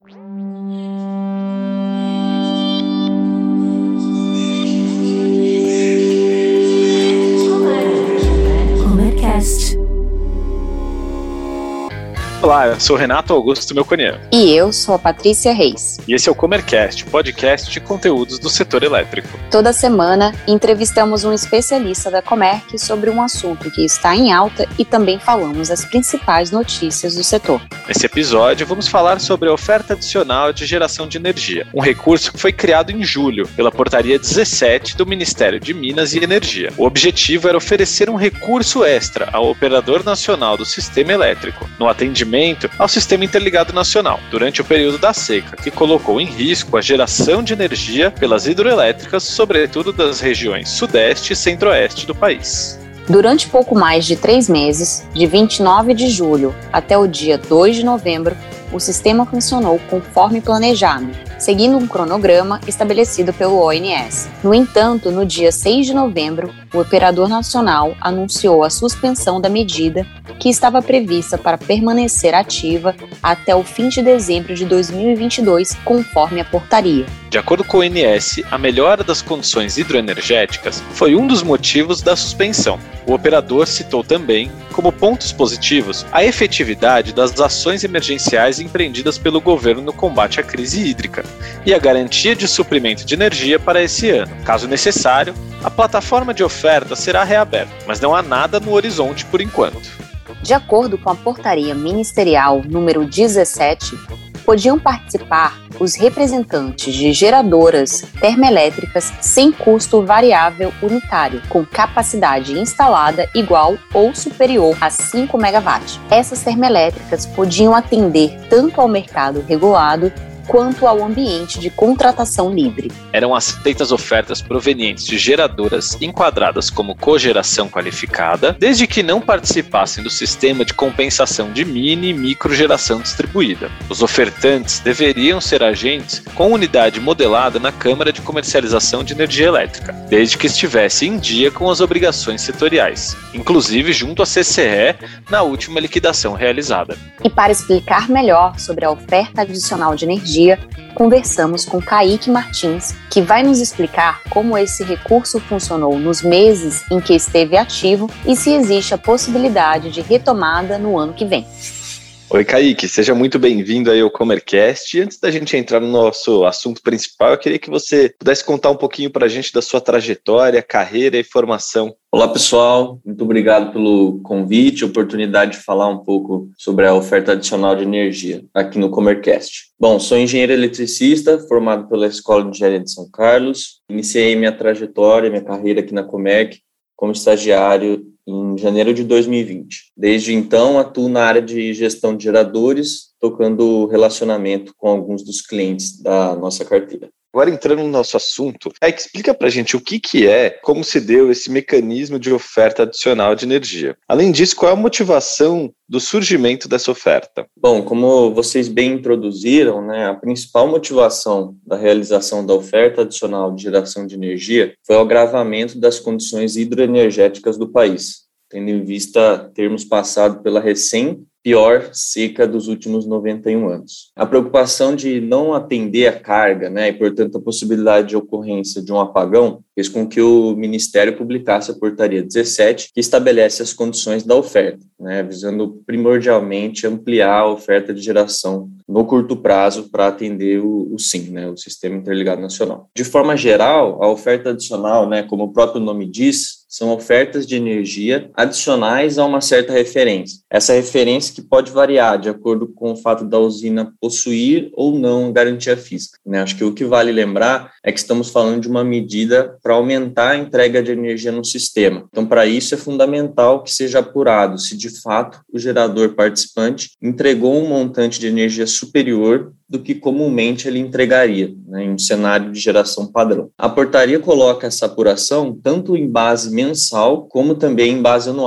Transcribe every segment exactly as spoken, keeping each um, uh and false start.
Olá, eu sou o Renato Augusto Melconian. E eu sou a Patrícia Reis. E esse é o Comercast, podcast de conteúdos do setor elétrico. Toda semana, entrevistamos um especialista da Comerc sobre um assunto que está em alta e também falamos as principais notícias do setor. Nesse episódio, vamos falar sobre a oferta adicional de geração de energia, um recurso que foi criado em julho pela Portaria dezessete do Ministério de Minas e Energia. O objetivo era oferecer um recurso extra ao Operador Nacional do Sistema Elétrico, no atendimento ao Sistema Interligado Nacional, durante o período da seca, que colocou em risco a geração de energia pelas hidroelétricas, sobretudo das regiões sudeste e centro-oeste do país. Durante pouco mais de três meses, de vinte e nove de julho até o dia dois de novembro, o sistema funcionou conforme planejado, seguindo um cronograma estabelecido pelo O N S. No entanto, no dia seis de novembro, o Operador Nacional anunciou a suspensão da medida que estava prevista para permanecer ativa até o fim de dezembro de dois mil e vinte e dois, conforme a portaria. De acordo com o O N S, a melhora das condições hidroenergéticas foi um dos motivos da suspensão. O operador citou também, como pontos positivos, a efetividade das ações emergenciais empreendidas pelo governo no combate à crise hídrica e a garantia de suprimento de energia para esse ano. Caso necessário, a plataforma de oferta será reaberta, mas não há nada no horizonte por enquanto. De acordo com a Portaria Ministerial número dezessete, podiam participar os representantes de geradoras termoelétricas sem custo variável unitário, com capacidade instalada igual ou superior a cinco megawatts. Essas termoelétricas podiam atender tanto ao mercado regulado quanto ao ambiente de contratação livre. Eram aceitas ofertas provenientes de geradoras enquadradas como cogeração qualificada, desde que não participassem do sistema de compensação de mini e microgeração distribuída. Os ofertantes deveriam ser agentes com unidade modelada na Câmara de Comercialização de Energia Elétrica, desde que estivesse em dia com as obrigações setoriais, inclusive junto à C C E na última liquidação realizada. E para explicar melhor sobre a oferta adicional de energia, conversamos com Kaique Martins, que vai nos explicar como esse recurso funcionou nos meses em que esteve ativo e se existe a possibilidade de retomada no ano que vem. Oi, Kaique, seja muito bem-vindo aí ao Comercast. E antes da gente entrar no nosso assunto principal, eu queria que você pudesse contar um pouquinho para a gente da sua trajetória, carreira e formação. Olá, pessoal. Muito obrigado pelo convite, oportunidade de falar um pouco sobre a oferta adicional de energia aqui no Comercast. Bom, sou engenheiro eletricista, formado pela Escola de Engenharia de São Carlos. Iniciei minha trajetória, minha carreira aqui na Comerc como estagiário em janeiro de dois mil e vinte. Desde então, atuo na área de gestão de geradores, tocando relacionamento com alguns dos clientes da nossa carteira. Agora, entrando no nosso assunto, é que explica pra gente o que, que é, como se deu esse mecanismo de oferta adicional de energia. Além disso, qual é a motivação do surgimento dessa oferta? Bom, como vocês bem introduziram, né, a principal motivação da realização da oferta adicional de geração de energia foi o agravamento das condições hidroenergéticas do país, tendo em vista termos passado pela recém pior seca dos últimos noventa e um anos. A preocupação de não atender a carga, né, e, portanto, a possibilidade de ocorrência de um apagão, fez com que o Ministério publicasse a Portaria dezessete, que estabelece as condições da oferta, né, visando primordialmente ampliar a oferta de geração no curto prazo para atender o, o S I N, né, o Sistema Interligado Nacional. De forma geral, a oferta adicional, né, como o próprio nome diz, são ofertas de energia adicionais a uma certa referência. Essa referência que pode variar de acordo com o fato da usina possuir ou não garantia física, né? Acho que o que vale lembrar é que estamos falando de uma medida para aumentar a entrega de energia no sistema. Então, para isso é fundamental que seja apurado se de fato o gerador participante entregou um montante de energia superior do que comumente ele entregaria, né, em um cenário de geração padrão. A portaria coloca essa apuração tanto em base mensal como também em base anual.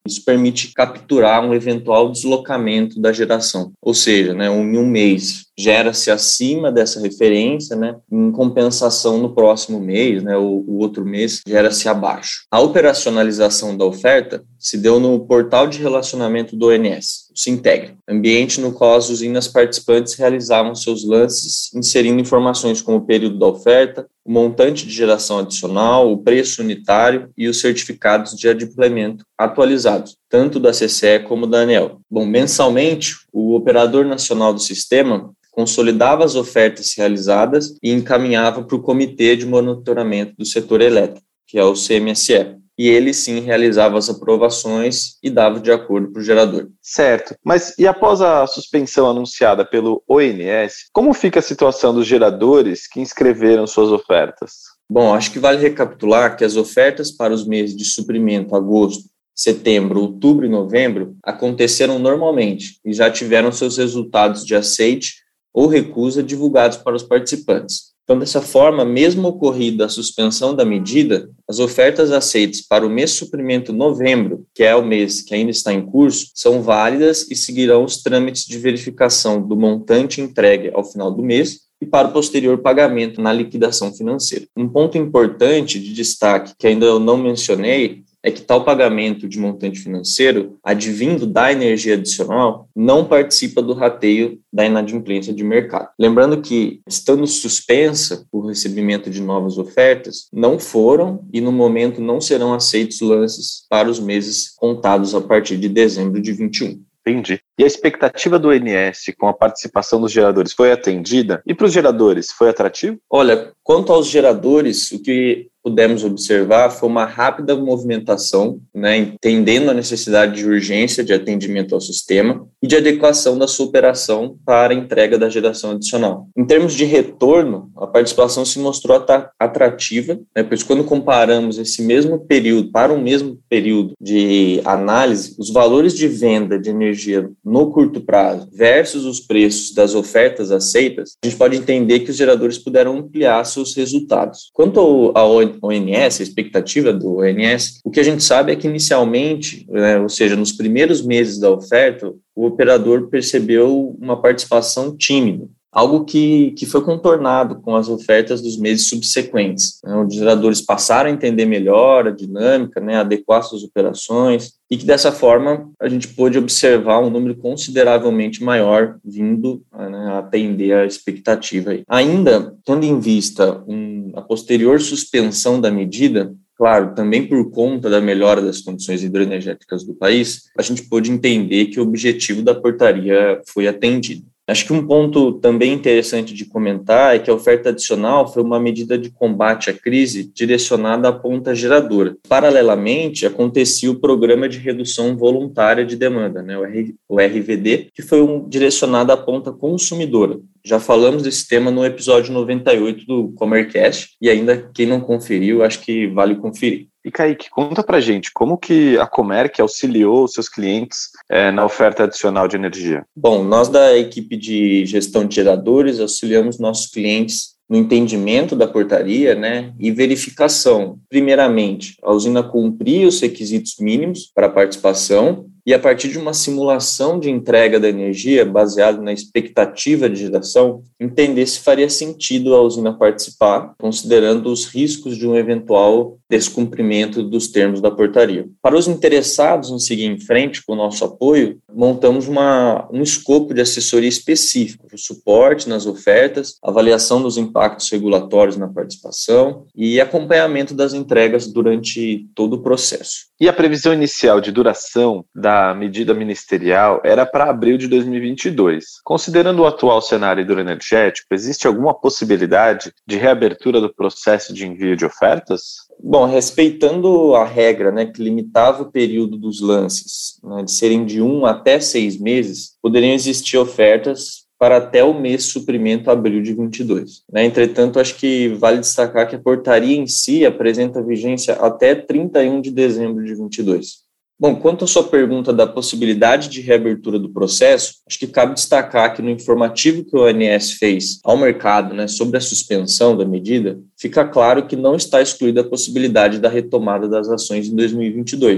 Isso permite capturar um eventual deslocamento da geração, ou seja, né, em um mês gera-se acima dessa referência, né, em compensação no próximo mês, né, o, o outro mês gera-se abaixo. A operacionalização da oferta se deu no portal de relacionamento do O N S, o Sintegre, ambiente no qual as usinas participantes realizavam seus lances, inserindo informações como o período da oferta, o montante de geração adicional, o preço unitário e os certificados de adimplemento atualizados, tanto da C C E como da ANEEL. Bom, mensalmente, o operador nacional do sistema consolidava as ofertas realizadas e encaminhava para o Comitê de Monitoramento do Setor Elétrico, que é o C M S E. E ele sim realizava as aprovações e dava de acordo para o gerador. Certo, mas e após a suspensão anunciada pelo O N S, como fica a situação dos geradores que inscreveram suas ofertas? Bom, acho que vale recapitular que as ofertas para os meses de suprimento agosto, setembro, outubro e novembro aconteceram normalmente e já tiveram seus resultados de aceite ou recusa divulgados para os participantes. Então, dessa forma, mesmo ocorrida a suspensão da medida, as ofertas aceitas para o mês suprimento novembro, que é o mês que ainda está em curso, são válidas e seguirão os trâmites de verificação do montante entregue ao final do mês e para o posterior pagamento na liquidação financeira. Um ponto importante de destaque que ainda eu não mencionei é que tal pagamento de montante financeiro, advindo da energia adicional, não participa do rateio da inadimplência de mercado. Lembrando que, estando suspensa o recebimento de novas ofertas, não foram e, no momento, não serão aceitos lances para os meses contados a partir de dezembro de vinte e um. Entendi. E a expectativa do O N S com a participação dos geradores foi atendida? E para os geradores, foi atrativo? Olha, quanto aos geradores, o que pudemos observar foi uma rápida movimentação, né, entendendo a necessidade de urgência de atendimento ao sistema e de adequação da sua operação para a entrega da geração adicional. Em termos de retorno, a participação se mostrou atrativa, né, pois quando comparamos esse mesmo período para o mesmo período de análise, os valores de venda de energia no curto prazo versus os preços das ofertas aceitas, a gente pode entender que os geradores puderam ampliar seus resultados. Quanto ao O N S, a expectativa do O N S, o que a gente sabe é que inicialmente, né, ou seja, nos primeiros meses da oferta, o operador percebeu uma participação tímida, algo que, que foi contornado com as ofertas dos meses subsequentes, né, onde os geradores passaram a entender melhor a dinâmica, né, adequar suas operações, e que dessa forma a gente pôde observar um número consideravelmente maior vindo, né, a atender a expectativa. Aí. Ainda, tendo em vista um, a posterior suspensão da medida, claro, também por conta da melhora das condições hidroenergéticas do país, a gente pôde entender que o objetivo da portaria foi atendido. Acho que um ponto também interessante de comentar é que a oferta adicional foi uma medida de combate à crise direcionada à ponta geradora. Paralelamente, acontecia o Programa de Redução Voluntária de Demanda, né, o R V D, que foi um, direcionado à ponta consumidora. Já falamos desse tema no episódio noventa e oito do Comercast, e ainda quem não conferiu, acho que vale conferir. E Kaique, conta pra gente, como que a Comerc auxiliou os seus clientes é, na oferta adicional de energia? Bom, nós da equipe de gestão de geradores auxiliamos nossos clientes no entendimento da portaria, né, e verificação. Primeiramente, a usina cumpria os requisitos mínimos para a participação e, a partir de uma simulação de entrega da energia baseada na expectativa de geração, entender se faria sentido a usina participar, considerando os riscos de um eventual descumprimento dos termos da portaria. Para os interessados em seguir em frente com o nosso apoio, montamos uma, um escopo de assessoria específico, o suporte nas ofertas, avaliação dos impactos regulatórios na participação e acompanhamento das entregas durante todo o processo. E a previsão inicial de duração da medida ministerial era para abril de dois mil e vinte e dois. Considerando o atual cenário hidroenergético, existe alguma possibilidade de reabertura do processo de envio de ofertas? Bom, respeitando a regra, né, que limitava o período dos lances, né, de serem de um até seis meses, poderiam existir ofertas para até o mês suprimento abril de vinte e dois. Né? Entretanto, acho que vale destacar que a portaria em si apresenta vigência até trinta e um de dezembro de vinte e dois. Bom, quanto à sua pergunta da possibilidade de reabertura do processo, acho que cabe destacar que no informativo que o O N S fez ao mercado, né, sobre a suspensão da medida, fica claro que não está excluída a possibilidade da retomada das ações em dois mil e vinte e dois.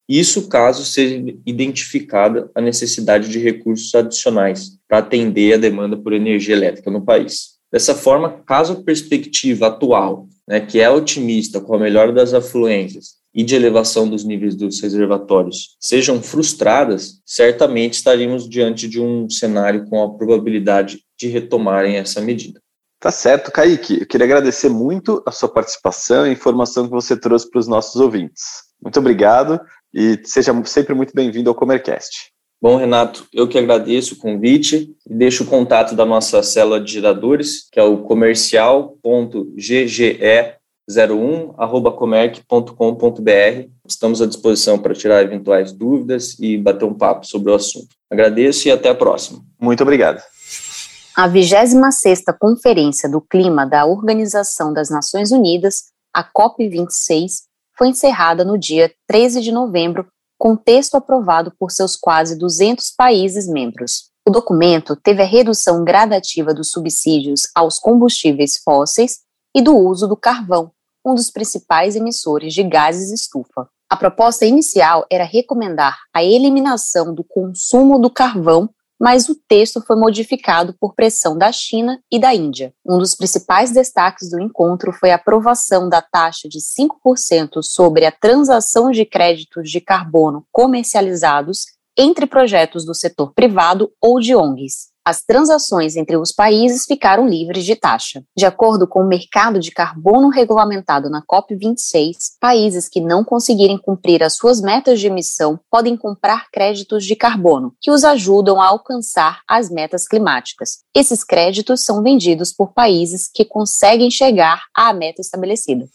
Isso caso seja identificada a necessidade de recursos adicionais para atender a demanda por energia elétrica no país. Dessa forma, caso a perspectiva atual, né, que é otimista com a melhora das afluências e de elevação dos níveis dos reservatórios, sejam frustradas, certamente estaríamos diante de um cenário com a probabilidade de retomarem essa medida. Tá certo, Kaique. Eu queria agradecer muito a sua participação e a informação que você trouxe para os nossos ouvintes. Muito obrigado e seja sempre muito bem-vindo ao Comercast. Bom, Renato, eu que agradeço o convite e deixo o contato da nossa célula de geradores, que é o comercial ponto g g e zero um arroba comerc ponto com ponto b r. Estamos à disposição para tirar eventuais dúvidas e bater um papo sobre o assunto. Agradeço e até a próxima. Muito obrigado. A vigésima sexta Conferência do Clima da Organização das Nações Unidas, a COP vinte e seis, foi encerrada no dia treze de novembro, com texto aprovado por seus quase duzentos países membros. O documento teve a redução gradativa dos subsídios aos combustíveis fósseis e do uso do carvão, um dos principais emissores de gases estufa. A proposta inicial era recomendar a eliminação do consumo do carvão, mas o texto foi modificado por pressão da China e da Índia. Um dos principais destaques do encontro foi a aprovação da taxa de cinco por cento sobre a transação de créditos de carbono comercializados entre projetos do setor privado ou de O N Gs. As transações entre os países ficaram livres de taxa. De acordo com o mercado de carbono regulamentado na COP vinte e seis, países que não conseguirem cumprir as suas metas de emissão podem comprar créditos de carbono, que os ajudam a alcançar as metas climáticas. Esses créditos são vendidos por países que conseguem chegar à meta estabelecida.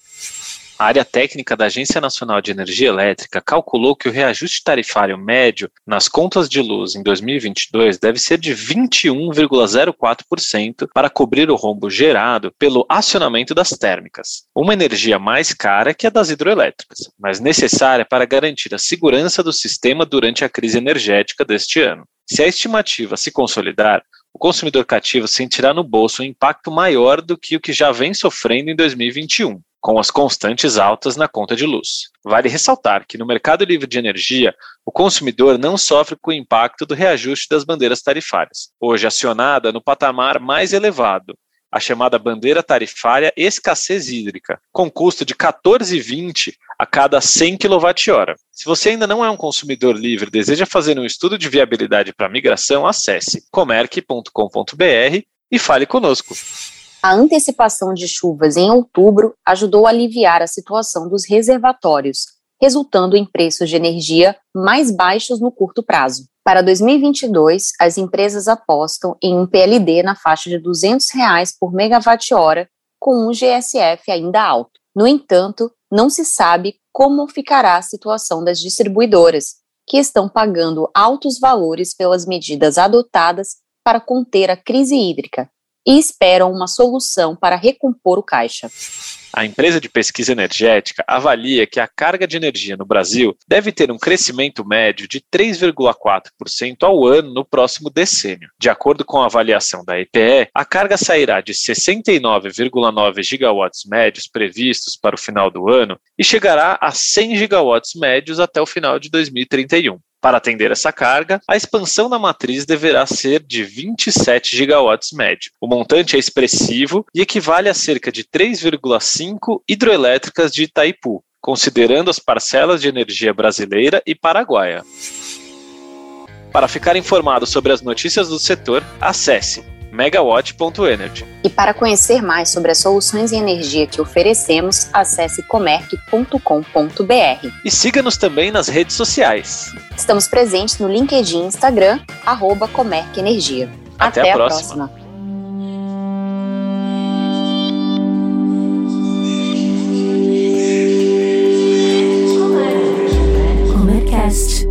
A área técnica da Agência Nacional de Energia Elétrica calculou que o reajuste tarifário médio nas contas de luz em dois mil e vinte e dois deve ser de vinte e um vírgula zero quatro por cento para cobrir o rombo gerado pelo acionamento das térmicas, uma energia mais cara que a das hidroelétricas, mas necessária para garantir a segurança do sistema durante a crise energética deste ano. Se a estimativa se consolidar, o consumidor cativo sentirá no bolso um impacto maior do que o que já vem sofrendo em dois mil e vinte e um. Com as constantes altas na conta de luz. Vale ressaltar que no mercado livre de energia, o consumidor não sofre com o impacto do reajuste das bandeiras tarifárias, hoje acionada no patamar mais elevado, a chamada bandeira tarifária escassez hídrica, com custo de quatorze reais e vinte centavos a cada cem quilowatt-hora. Se você ainda não é um consumidor livre e deseja fazer um estudo de viabilidade para migração, acesse comerc ponto com ponto b r e fale conosco. A antecipação de chuvas em outubro ajudou a aliviar a situação dos reservatórios, resultando em preços de energia mais baixos no curto prazo. Para dois mil e vinte e dois, as empresas apostam em um P L D na faixa de duzentos reais por megawatt-hora, com um G S F ainda alto. No entanto, não se sabe como ficará a situação das distribuidoras, que estão pagando altos valores pelas medidas adotadas para conter a crise hídrica, e esperam uma solução para recompor o caixa. A empresa de pesquisa energética avalia que a carga de energia no Brasil deve ter um crescimento médio de três vírgula quatro por cento ao ano no próximo decênio. De acordo com a avaliação da E P E, a carga sairá de sessenta e nove vírgula nove gigawatts médios previstos para o final do ano e chegará a cem gigawatts médios até o final de dois mil e trinta e um. Para atender essa carga, a expansão da matriz deverá ser de vinte e sete gigawatts médio. O montante é expressivo e equivale a cerca de três vírgula cinco hidroelétricas de Itaipu, considerando as parcelas de energia brasileira e paraguaia. Para ficar informado sobre as notícias do setor, acesse megawatt ponto energy. E para conhecer mais sobre as soluções em energia que oferecemos, acesse comerc ponto com ponto b r. E siga-nos também nas redes sociais. Estamos presentes no LinkedIn e Instagram, arroba Comerc Energia. Até, Até a próxima. próxima. Comercast.